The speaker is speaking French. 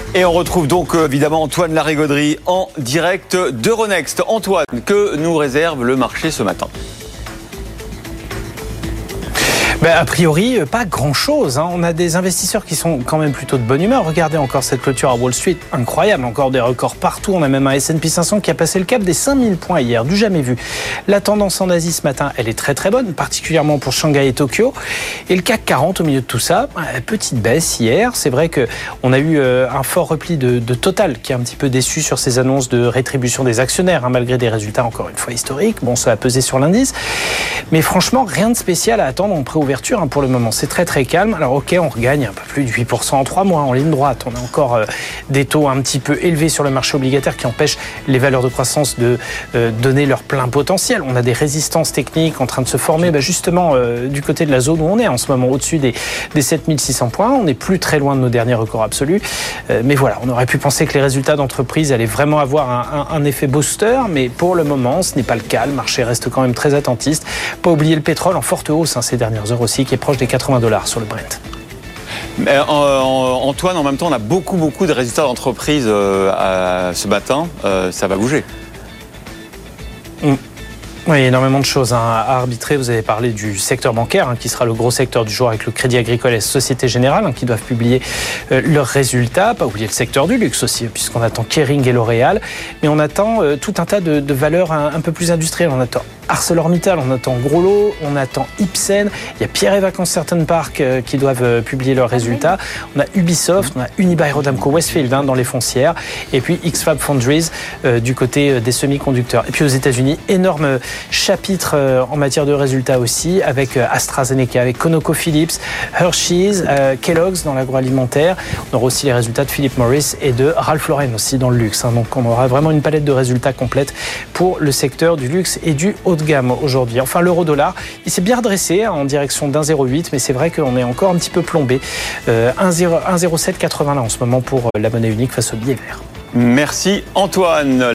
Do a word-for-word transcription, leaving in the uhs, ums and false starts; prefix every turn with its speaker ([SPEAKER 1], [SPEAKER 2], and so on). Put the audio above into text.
[SPEAKER 1] Et on retrouve donc évidemment Antoine Larigauderie en direct d'Euronext. Antoine, que nous réserve le marché ce matin ?
[SPEAKER 2] Ben, a priori, pas grand-chose. Hein. On a des investisseurs qui sont quand même plutôt de bonne humeur. Regardez encore cette clôture à Wall Street, incroyable. Encore des records partout. On a même un S and P cinq cents qui a passé le cap des cinq mille points hier, du jamais vu. La tendance en Asie ce matin, elle est très très bonne, particulièrement pour Shanghai et Tokyo. Et le C A C quarante au milieu de tout ça, petite baisse hier. C'est vrai qu'on a eu un fort repli de, de Total qui est un petit peu déçu sur ses annonces de rétribution des actionnaires, hein, malgré des résultats encore une fois historiques. Bon, ça a pesé sur l'indice. Mais franchement, rien de spécial à attendre en préouverture. Pour le moment, c'est très très calme. Alors ok, on regagne un peu plus de huit pour cent en trois mois en ligne droite. On a encore euh, des taux un petit peu élevés sur le marché obligataire qui empêchent les valeurs de croissance de euh, donner leur plein potentiel. On a des résistances techniques en train de se former bah, justement euh, du côté de la zone où on est en ce moment, au-dessus des, des sept mille six cents points. On n'est plus très loin de nos derniers records absolus. Euh, mais voilà, on aurait pu penser que les résultats d'entreprise allaient vraiment avoir un, un, un effet booster, mais pour le moment, ce n'est pas le cas. Le marché reste quand même très attentiste. Pas oublier le pétrole en forte hausse hein, ces dernières heures aussi, qui est proche des quatre-vingts dollars sur le Brent.
[SPEAKER 1] Mais, euh, Antoine, en même temps, on a beaucoup, beaucoup de résultats d'entreprise euh, à, ce matin. Euh, ça va bouger.
[SPEAKER 2] Mmh. Oui, énormément de choses hein, à arbitrer. Vous avez parlé du secteur bancaire, hein, qui sera le gros secteur du jour avec le Crédit Agricole et Société Générale, hein, qui doivent publier euh, leurs résultats. Pas oublier le secteur du luxe aussi, puisqu'on attend Kering et L'Oréal. Mais on attend euh, tout un tas de, de valeurs un, un peu plus industrielles. On attend ArcelorMittal, on attend Gros Lot, on attend Ipsen. Il y a Pierre et Vacances Certain Park euh, qui doivent euh, publier leurs résultats. On a Ubisoft, on a Unibail-Rodamco Westfield hein, dans les foncières. Et puis X-Fab Foundries euh, du côté euh, des semi-conducteurs. Et puis aux États-Unis, énorme chapitre euh, en matière de résultats aussi, avec euh, AstraZeneca, avec ConocoPhillips, Hershey's, euh, Kellogg's dans l'agroalimentaire. On aura aussi les résultats de Philip Morris et de Ralph Lauren aussi dans le luxe. Hein. Donc on aura vraiment une palette de résultats complète pour le secteur du luxe et du haut de gamme aujourd'hui. Enfin, l'euro-dollar, il s'est bien redressé hein, en direction d'un zéro huit, mais c'est vrai qu'on est encore un petit peu plombé. Euh, un zéro sept quatre-vingts là en ce moment pour la monnaie unique face au billet vert.
[SPEAKER 1] Merci Antoine.